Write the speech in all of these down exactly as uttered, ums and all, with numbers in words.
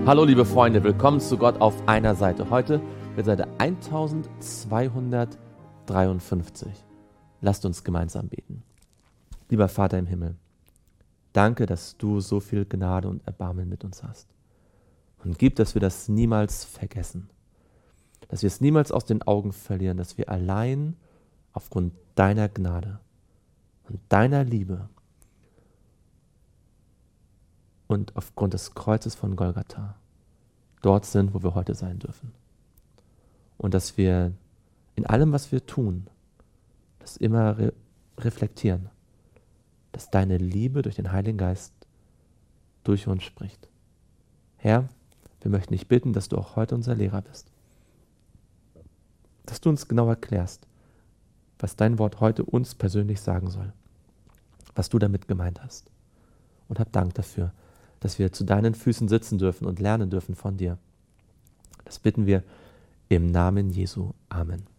Hallo liebe Freunde, willkommen zu Gott auf einer Seite. Heute mit Seite eintausendzweihundertdreiundfünfzig. Lasst uns gemeinsam beten. Lieber Vater im Himmel, danke, dass du so viel Gnade und Erbarmen mit uns hast. Und gib, dass wir das niemals vergessen. Dass wir es niemals aus den Augen verlieren, dass wir allein aufgrund deiner Gnade und deiner Liebe und aufgrund des Kreuzes von Golgatha dort sind, wo wir heute sein dürfen. Und dass wir in allem, was wir tun, das immer re- reflektieren, dass deine Liebe durch den Heiligen Geist durch uns spricht. Herr, wir möchten dich bitten, dass du auch heute unser Lehrer bist. Dass du uns genau erklärst, was dein Wort heute uns persönlich sagen soll, was du damit gemeint hast. Und hab Dank dafür, dass wir zu deinen Füßen sitzen dürfen und lernen dürfen von dir. Das bitten wir im Namen Jesu. Amen.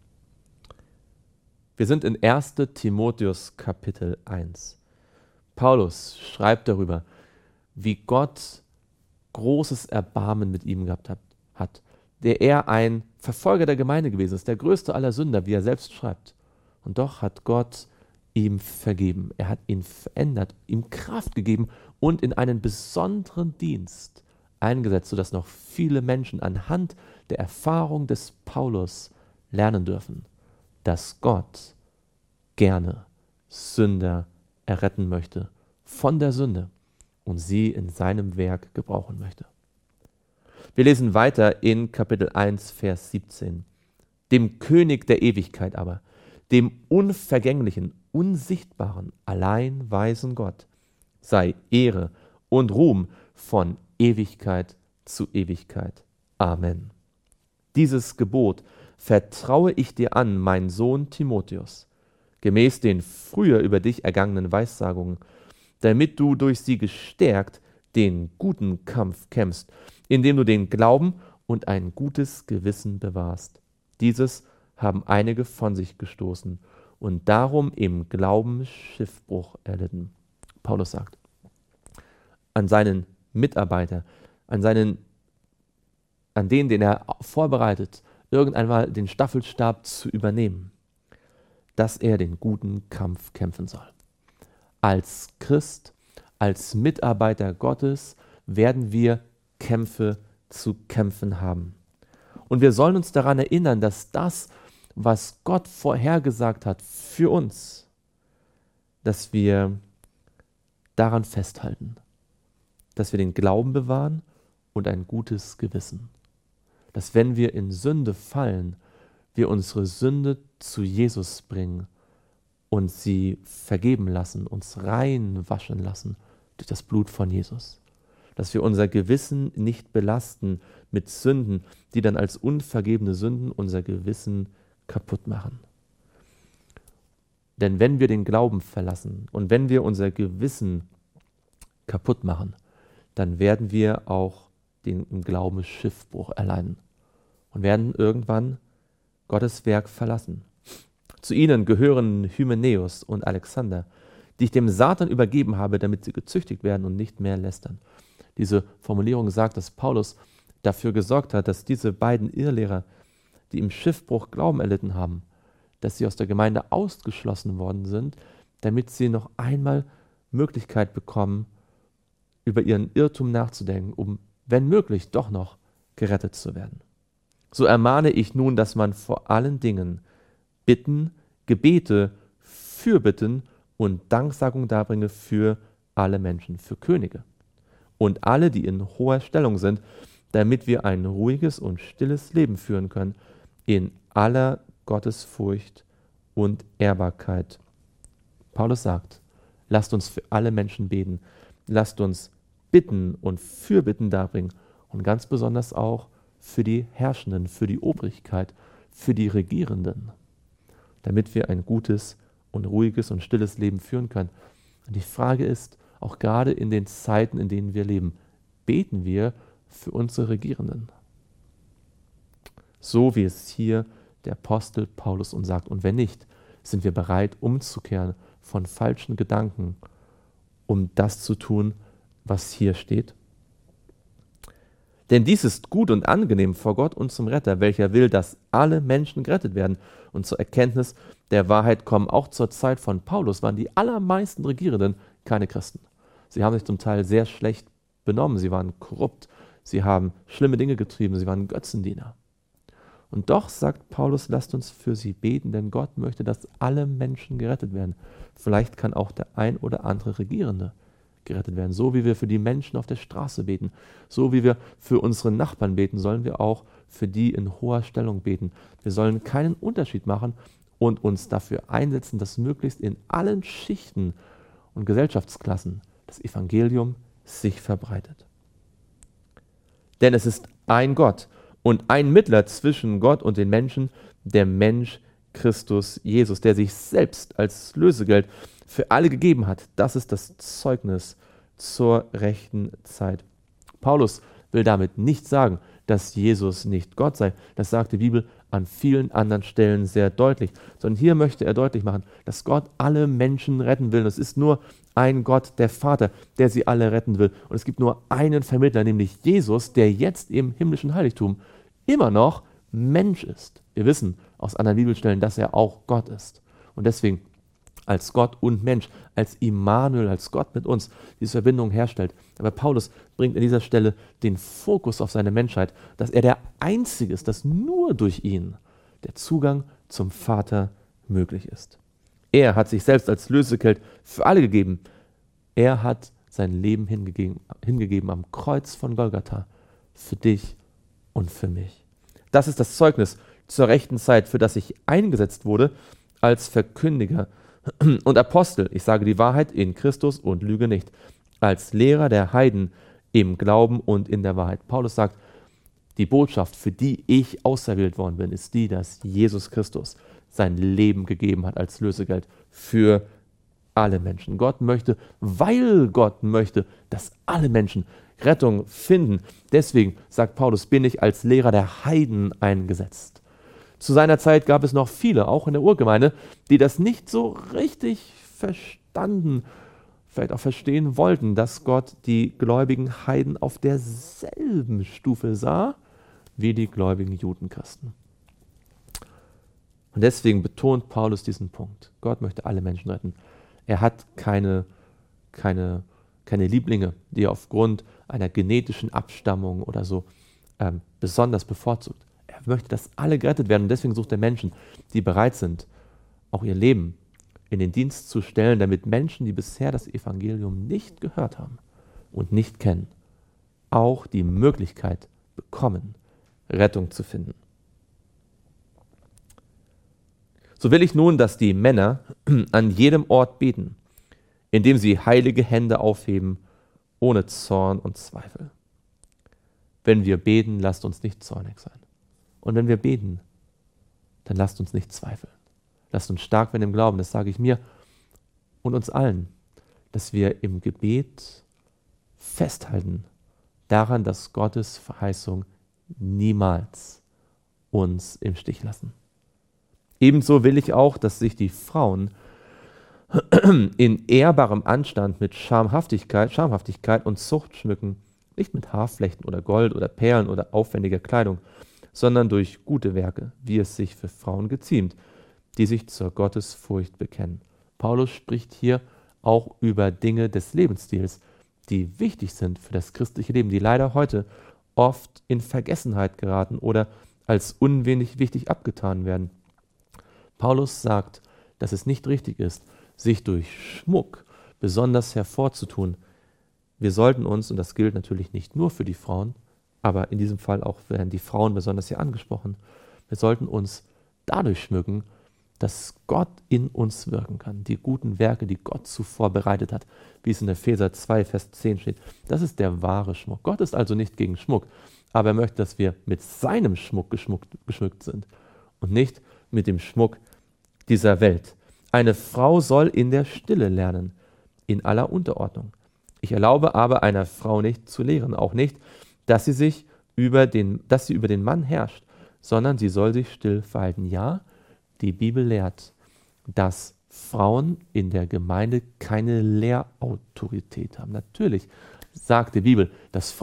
Wir sind in erster Timotheus Kapitel eins. Paulus schreibt darüber, wie Gott großes Erbarmen mit ihm gehabt hat, hat, der er ein Verfolger der Gemeinde gewesen ist, der größte aller Sünder, wie er selbst schreibt. Und doch hat Gott ihm vergeben. Er hat ihn verändert, ihm Kraft gegeben und in einen besonderen Dienst eingesetzt, sodass noch viele Menschen anhand der Erfahrung des Paulus lernen dürfen, dass Gott gerne Sünder erretten möchte von der Sünde und sie in seinem Werk gebrauchen möchte. Wir lesen weiter in Kapitel eins, Vers siebzehn. Dem König der Ewigkeit aber, dem unvergänglichen, unsichtbaren, allein weisen Gott, sei Ehre und Ruhm von Ewigkeit zu Ewigkeit. Amen. Dieses Gebot vertraue ich dir an, mein Sohn Timotheus, gemäß den früher über dich ergangenen Weissagungen, damit du durch sie gestärkt den guten Kampf kämpfst, indem du den Glauben und ein gutes Gewissen bewahrst. Dieses haben einige von sich gestoßen und darum im Glauben Schiffbruch erlitten. Paulus sagt an seinen Mitarbeiter, an seinen, an den, den er vorbereitet, irgendeinmal den Staffelstab zu übernehmen, dass er den guten Kampf kämpfen soll. Als Christ, als Mitarbeiter Gottes werden wir Kämpfe zu kämpfen haben. Und wir sollen uns daran erinnern, dass das, was Gott vorhergesagt hat für uns, dass wir daran festhalten, dass wir den Glauben bewahren und ein gutes Gewissen. Dass wenn wir in Sünde fallen, wir unsere Sünde zu Jesus bringen und sie vergeben lassen, uns reinwaschen lassen durch das Blut von Jesus. Dass wir unser Gewissen nicht belasten mit Sünden, die dann als unvergebene Sünden unser Gewissen kaputt machen. Denn wenn wir den Glauben verlassen und wenn wir unser Gewissen kaputt machen, dann werden wir auch den im Glauben Schiffbruch erleiden und werden irgendwann Gottes Werk verlassen. Zu ihnen gehören Hymenäus und Alexander, die ich dem Satan übergeben habe, damit sie gezüchtigt werden und nicht mehr lästern. Diese Formulierung sagt, dass Paulus dafür gesorgt hat, dass diese beiden Irrlehrer, die im Schiffbruch Glauben erlitten haben, dass sie aus der Gemeinde ausgeschlossen worden sind, damit sie noch einmal Möglichkeit bekommen, über ihren Irrtum nachzudenken, um, wenn möglich, doch noch gerettet zu werden. So ermahne ich nun, dass man vor allen Dingen Bitten, Gebete, Fürbitten und Danksagung darbringe für alle Menschen, für Könige und alle, die in hoher Stellung sind, damit wir ein ruhiges und stilles Leben führen können, in aller Gottesfurcht und Ehrbarkeit. Paulus sagt, lasst uns für alle Menschen beten, lasst uns Bitten und Fürbitten darbringen und ganz besonders auch für die Herrschenden, für die Obrigkeit, für die Regierenden, damit wir ein gutes und ruhiges und stilles Leben führen können. Und die Frage ist, auch gerade in den Zeiten, in denen wir leben, beten wir für unsere Regierenden? So wie es hier der Apostel Paulus uns sagt. Und wenn nicht, sind wir bereit, umzukehren von falschen Gedanken, um das zu tun, was hier steht? Denn dies ist gut und angenehm vor Gott, unserem Retter, welcher will, dass alle Menschen gerettet werden und zur Erkenntnis der Wahrheit kommen. Auch zur Zeit von Paulus waren die allermeisten Regierenden keine Christen. Sie haben sich zum Teil sehr schlecht benommen, sie waren korrupt, sie haben schlimme Dinge getrieben, sie waren Götzendiener. Und doch sagt Paulus, lasst uns für sie beten, denn Gott möchte, dass alle Menschen gerettet werden. Vielleicht kann auch der ein oder andere Regierende gerettet werden. So wie wir für die Menschen auf der Straße beten, so wie wir für unsere Nachbarn beten, sollen wir auch für die in hoher Stellung beten. Wir sollen keinen Unterschied machen und uns dafür einsetzen, dass möglichst in allen Schichten und Gesellschaftsklassen das Evangelium sich verbreitet. Denn es ist ein Gott und ein Mittler zwischen Gott und den Menschen, der Mensch Christus Jesus, der sich selbst als Lösegeld für alle gegeben hat. Das ist das Zeugnis zur rechten Zeit. Paulus will damit nicht sagen, dass Jesus nicht Gott sei. Das sagt die Bibel an vielen anderen Stellen sehr deutlich. Sondern hier möchte er deutlich machen, dass Gott alle Menschen retten will. Und es ist nur ein Gott, der Vater, der sie alle retten will. Und es gibt nur einen Vermittler, nämlich Jesus, der jetzt im himmlischen Heiligtum immer noch Mensch ist. Wir wissen aus anderen Bibelstellen, dass er auch Gott ist. Und deswegen als Gott und Mensch, als Immanuel, als Gott mit uns diese Verbindung herstellt. Aber Paulus bringt an dieser Stelle den Fokus auf seine Menschheit, dass er der Einzige ist, dass nur durch ihn der Zugang zum Vater möglich ist. Er hat sich selbst als Lösegeld für alle gegeben. Er hat sein Leben hingegeben, hingegeben am Kreuz von Golgatha für dich und für mich. Das ist das Zeugnis zur rechten Zeit, für das ich eingesetzt wurde als Verkündiger und Apostel, ich sage die Wahrheit in Christus und lüge nicht, als Lehrer der Heiden im Glauben und in der Wahrheit. Paulus sagt, die Botschaft, für die ich auserwählt worden bin, ist die, dass Jesus Christus sein Leben gegeben hat als Lösegeld für alle Menschen. Gott möchte, weil Gott möchte, dass alle Menschen Rettung finden. Deswegen, sagt Paulus, bin ich als Lehrer der Heiden eingesetzt. Zu seiner Zeit gab es noch viele, auch in der Urgemeinde, die das nicht so richtig verstanden, vielleicht auch verstehen wollten, dass Gott die gläubigen Heiden auf derselben Stufe sah wie die gläubigen Judenchristen. Und deswegen betont Paulus diesen Punkt. Gott möchte alle Menschen retten. Er hat keine, keine, keine Lieblinge, die er aufgrund einer genetischen Abstammung oder so ähm, besonders bevorzugt. Er möchte, dass alle gerettet werden und deswegen sucht er Menschen, die bereit sind, auch ihr Leben in den Dienst zu stellen, damit Menschen, die bisher das Evangelium nicht gehört haben und nicht kennen, auch die Möglichkeit bekommen, Rettung zu finden. So will ich nun, dass die Männer an jedem Ort beten, indem sie heilige Hände aufheben, ohne Zorn und Zweifel. Wenn wir beten, lasst uns nicht zornig sein. Und wenn wir beten, dann lasst uns nicht zweifeln. Lasst uns stark werden im Glauben, das sage ich mir und uns allen, dass wir im Gebet festhalten daran, dass Gottes Verheißung niemals uns im Stich lassen. Ebenso will ich auch, dass sich die Frauen in ehrbarem Anstand mit Schamhaftigkeit, Schamhaftigkeit und Zucht schmücken, nicht mit Haarflechten oder Gold oder Perlen oder aufwendiger Kleidung, sondern durch gute Werke, wie es sich für Frauen geziemt, die sich zur Gottesfurcht bekennen. Paulus spricht hier auch über Dinge des Lebensstils, die wichtig sind für das christliche Leben, die leider heute oft in Vergessenheit geraten oder als unwenig wichtig abgetan werden. Paulus sagt, dass es nicht richtig ist, sich durch Schmuck besonders hervorzutun. Wir sollten uns, und das gilt natürlich nicht nur für die Frauen, aber in diesem Fall auch werden die Frauen besonders hier angesprochen, wir sollten uns dadurch schmücken, dass Gott in uns wirken kann. Die guten Werke, die Gott zuvor bereitet hat, wie es in Epheser zwei, Vers zehn steht. Das ist der wahre Schmuck. Gott ist also nicht gegen Schmuck, aber er möchte, dass wir mit seinem Schmuck geschmuckt, geschmückt sind und nicht mit dem Schmuck dieser Welt. Eine Frau soll in der Stille lernen, in aller Unterordnung. Ich erlaube aber einer Frau nicht zu lehren, auch nicht, dass sie sich über den, dass sie über den Mann herrscht, sondern sie soll sich still verhalten. Ja, die Bibel lehrt, dass Frauen in der Gemeinde keine Lehrautorität haben. Natürlich sagt die Bibel, dass Frauen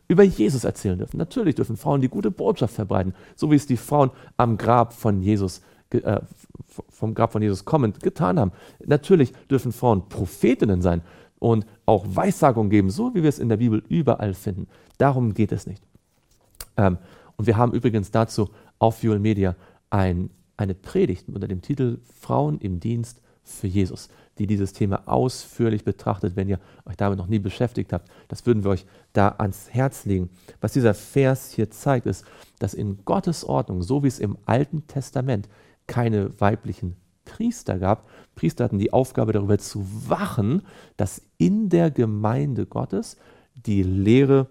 über Jesus erzählen dürfen. Natürlich dürfen Frauen die gute Botschaft verbreiten, so wie es die Frauen am Grab von Jesus, äh, vom Grab von Jesus kommend getan haben. Natürlich dürfen Frauen Prophetinnen sein und auch Weissagung geben, so wie wir es in der Bibel überall finden. Darum geht es nicht. Ähm, und wir haben übrigens dazu auf Fuel Media ein, eine Predigt unter dem Titel Frauen im Dienst für Jesus, die dieses Thema ausführlich betrachtet. Wenn ihr euch damit noch nie beschäftigt habt, das würden wir euch da ans Herz legen. Was dieser Vers hier zeigt, ist, dass in Gottes Ordnung, so wie es im Alten Testament keine weiblichen Priester gab, Priester hatten die Aufgabe, darüber zu wachen, dass in der Gemeinde Gottes die Lehre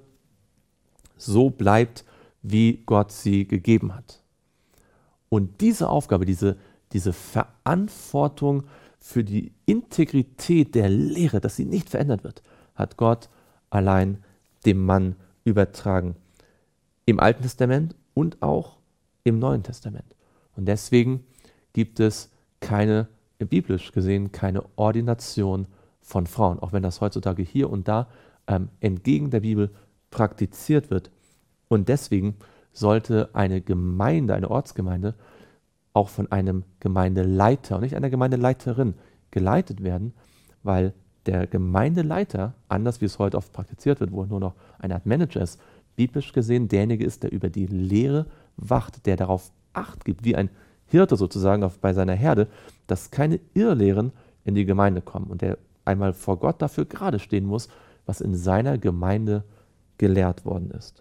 so bleibt, wie Gott sie gegeben hat. Und diese Aufgabe, diese, diese Verantwortung für die Integrität der Lehre, dass sie nicht verändert wird, hat Gott allein dem Mann übertragen. Im Alten Testament und auch im Neuen Testament. Und deswegen gibt es keine, biblisch gesehen, keine Ordination von Frauen, auch wenn das heutzutage hier und da ähm, entgegen der Bibel praktiziert wird. Und deswegen sollte eine Gemeinde, eine Ortsgemeinde, auch von einem Gemeindeleiter und nicht einer Gemeindeleiterin geleitet werden, weil der Gemeindeleiter, anders wie es heute oft praktiziert wird, wo nur noch eine Art Manager ist, biblisch gesehen derjenige ist, der über die Lehre wacht, der darauf Acht gibt, wie ein Hirte sozusagen auf, bei seiner Herde, dass keine Irrlehren in die Gemeinde kommen und der einmal vor Gott dafür gerade stehen muss, was in seiner Gemeinde gelehrt worden ist.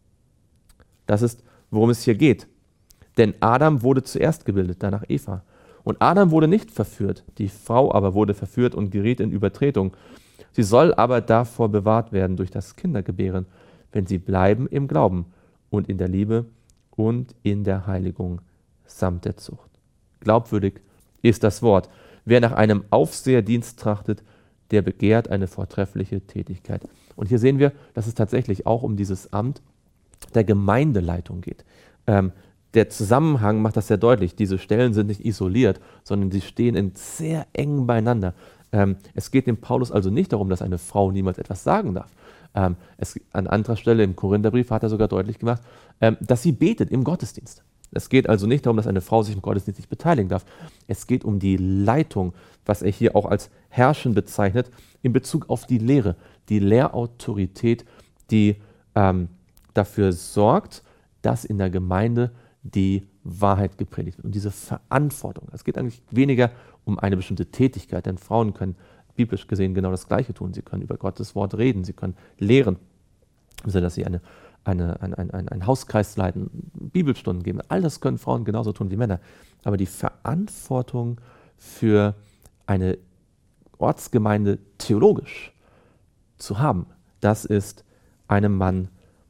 Das ist, worum es hier geht. Denn Adam wurde zuerst gebildet, danach Eva. Und Adam wurde nicht verführt, die Frau aber wurde verführt und geriet in Übertretung. Sie soll aber davor bewahrt werden durch das Kindergebären, wenn sie bleiben im Glauben und in der Liebe und in der Heiligung samt der Zucht. Glaubwürdig ist das Wort. Wer nach einem Aufseherdienst trachtet, der begehrt eine vortreffliche Tätigkeit. Und hier sehen wir, dass es tatsächlich auch um dieses Amt der Gemeindeleitung geht. Ähm, der Zusammenhang macht das sehr deutlich. Diese Stellen sind nicht isoliert, sondern sie stehen in sehr eng beieinander. Ähm, es geht dem Paulus also nicht darum, dass eine Frau niemals etwas sagen darf. Ähm, es, an anderer Stelle im Korintherbrief hat er sogar deutlich gemacht, ähm, dass sie betet im Gottesdienst. Es geht also nicht darum, dass eine Frau sich im Gottesdienst nicht beteiligen darf. Es geht um die Leitung, was er hier auch als Herrschen bezeichnet, in Bezug auf die Lehre, die Lehrautorität, die ähm, dafür sorgt, dass in der Gemeinde die Wahrheit gepredigt wird. Und diese Verantwortung, es geht eigentlich weniger um eine bestimmte Tätigkeit, denn Frauen können biblisch gesehen genau das Gleiche tun. Sie können über Gottes Wort reden, sie können lehren, also dass sie eine, eine, ein, ein, ein Hauskreis leiten, Bibelstunden geben. All das können Frauen genauso tun wie Männer. Aber die Verantwortung für eine Ortsgemeinde theologisch zu haben, das ist einem Mann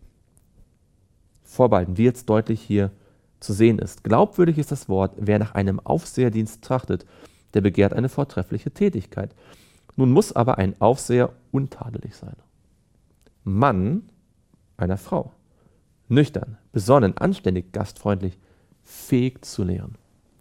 vorbehalten, wie jetzt deutlich hier zu sehen ist. Glaubwürdig ist das Wort, wer nach einem Aufseherdienst trachtet, der begehrt eine vortreffliche Tätigkeit. Nun muss aber ein Aufseher untadelig sein. Mann einer Frau. Nüchtern, besonnen, anständig, gastfreundlich, fähig zu lehren.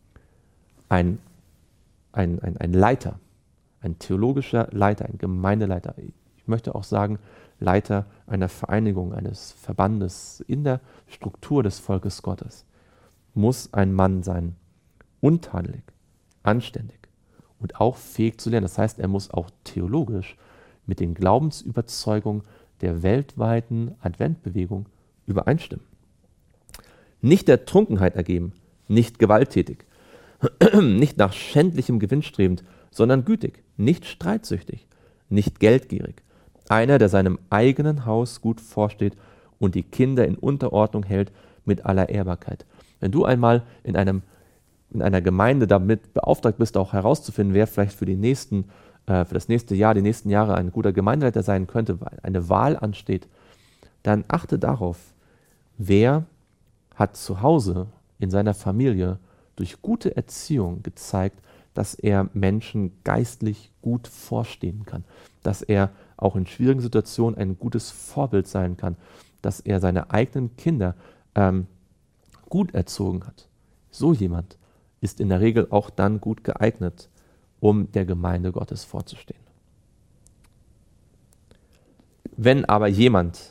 Ein, ein, ein, ein Leiter, ein theologischer Leiter, ein Gemeindeleiter. Ich möchte auch sagen, Leiter einer Vereinigung, eines Verbandes in der Struktur des Volkes Gottes, muss ein Mann sein, untadelig, anständig und auch fähig zu lernen. Das heißt, er muss auch theologisch mit den Glaubensüberzeugungen der weltweiten Adventbewegung übereinstimmen. Nicht der Trunkenheit ergeben, nicht gewalttätig, nicht nach schändlichem Gewinn strebend, sondern gütig, nicht streitsüchtig, nicht geldgierig. Einer, der seinem eigenen Haus gut vorsteht und die Kinder in Unterordnung hält mit aller Ehrbarkeit. Wenn du einmal in, einem, in einer Gemeinde damit beauftragt bist, auch herauszufinden, wer vielleicht für, die nächsten, äh, für das nächste Jahr, die nächsten Jahre ein guter Gemeindeleiter sein könnte, weil eine Wahl ansteht, dann achte darauf, wer hat zu Hause in seiner Familie durch gute Erziehung gezeigt, dass er Menschen geistlich gut vorstehen kann, dass er auch in schwierigen Situationen ein gutes Vorbild sein kann, dass er seine eigenen Kinder ähm, gut erzogen hat. So jemand ist in der Regel auch dann gut geeignet, um der Gemeinde Gottes vorzustehen. Wenn aber jemand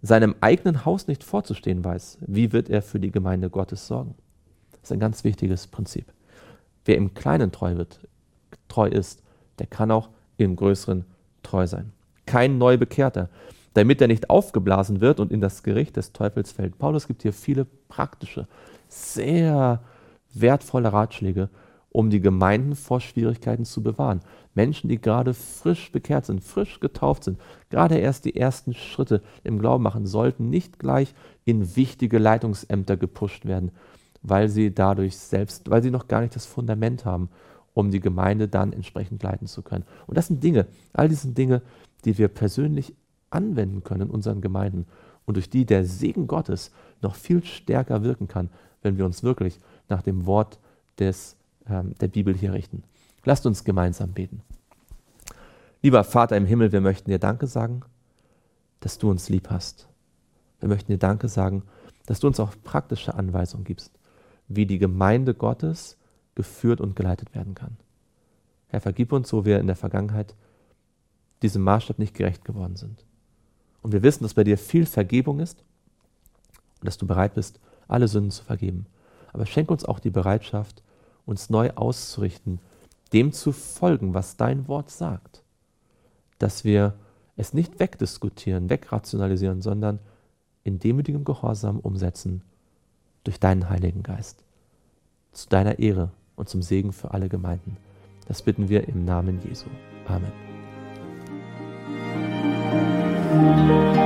seinem eigenen Haus nicht vorzustehen weiß, wie wird er für die Gemeinde Gottes sorgen? Das ist ein ganz wichtiges Prinzip. Wer im Kleinen treu wird, treu ist, der kann auch im Größeren treu sein. Kein Neubekehrter, damit er nicht aufgeblasen wird und in das Gericht des Teufels fällt. Paulus gibt hier viele praktische, sehr wertvolle Ratschläge, um die Gemeinden vor Schwierigkeiten zu bewahren. Menschen, die gerade frisch bekehrt sind, frisch getauft sind, gerade erst die ersten Schritte im Glauben machen, sollten nicht gleich in wichtige Leitungsämter gepusht werden, weil sie dadurch selbst, weil sie noch gar nicht das Fundament haben, um die Gemeinde dann entsprechend leiten zu können. Und das sind Dinge, all diese Dinge, die wir persönlich anwenden können in unseren Gemeinden und durch die der Segen Gottes noch viel stärker wirken kann, wenn wir uns wirklich nach dem Wort des, ähm, der Bibel hier richten. Lasst uns gemeinsam beten. Lieber Vater im Himmel, wir möchten dir Danke sagen, dass du uns lieb hast. Wir möchten dir Danke sagen, dass du uns auch praktische Anweisungen gibst, wie die Gemeinde Gottes geführt und geleitet werden kann. Herr, vergib uns, wo wir in der Vergangenheit diesem Maßstab nicht gerecht geworden sind. Und wir wissen, dass bei dir viel Vergebung ist und dass du bereit bist, alle Sünden zu vergeben. Aber schenk uns auch die Bereitschaft, uns neu auszurichten, dem zu folgen, was dein Wort sagt. Dass wir es nicht wegdiskutieren, wegrationalisieren, sondern in demütigem Gehorsam umsetzen durch deinen Heiligen Geist. Zu deiner Ehre und zum Segen für alle Gemeinden. Das bitten wir im Namen Jesu. Amen.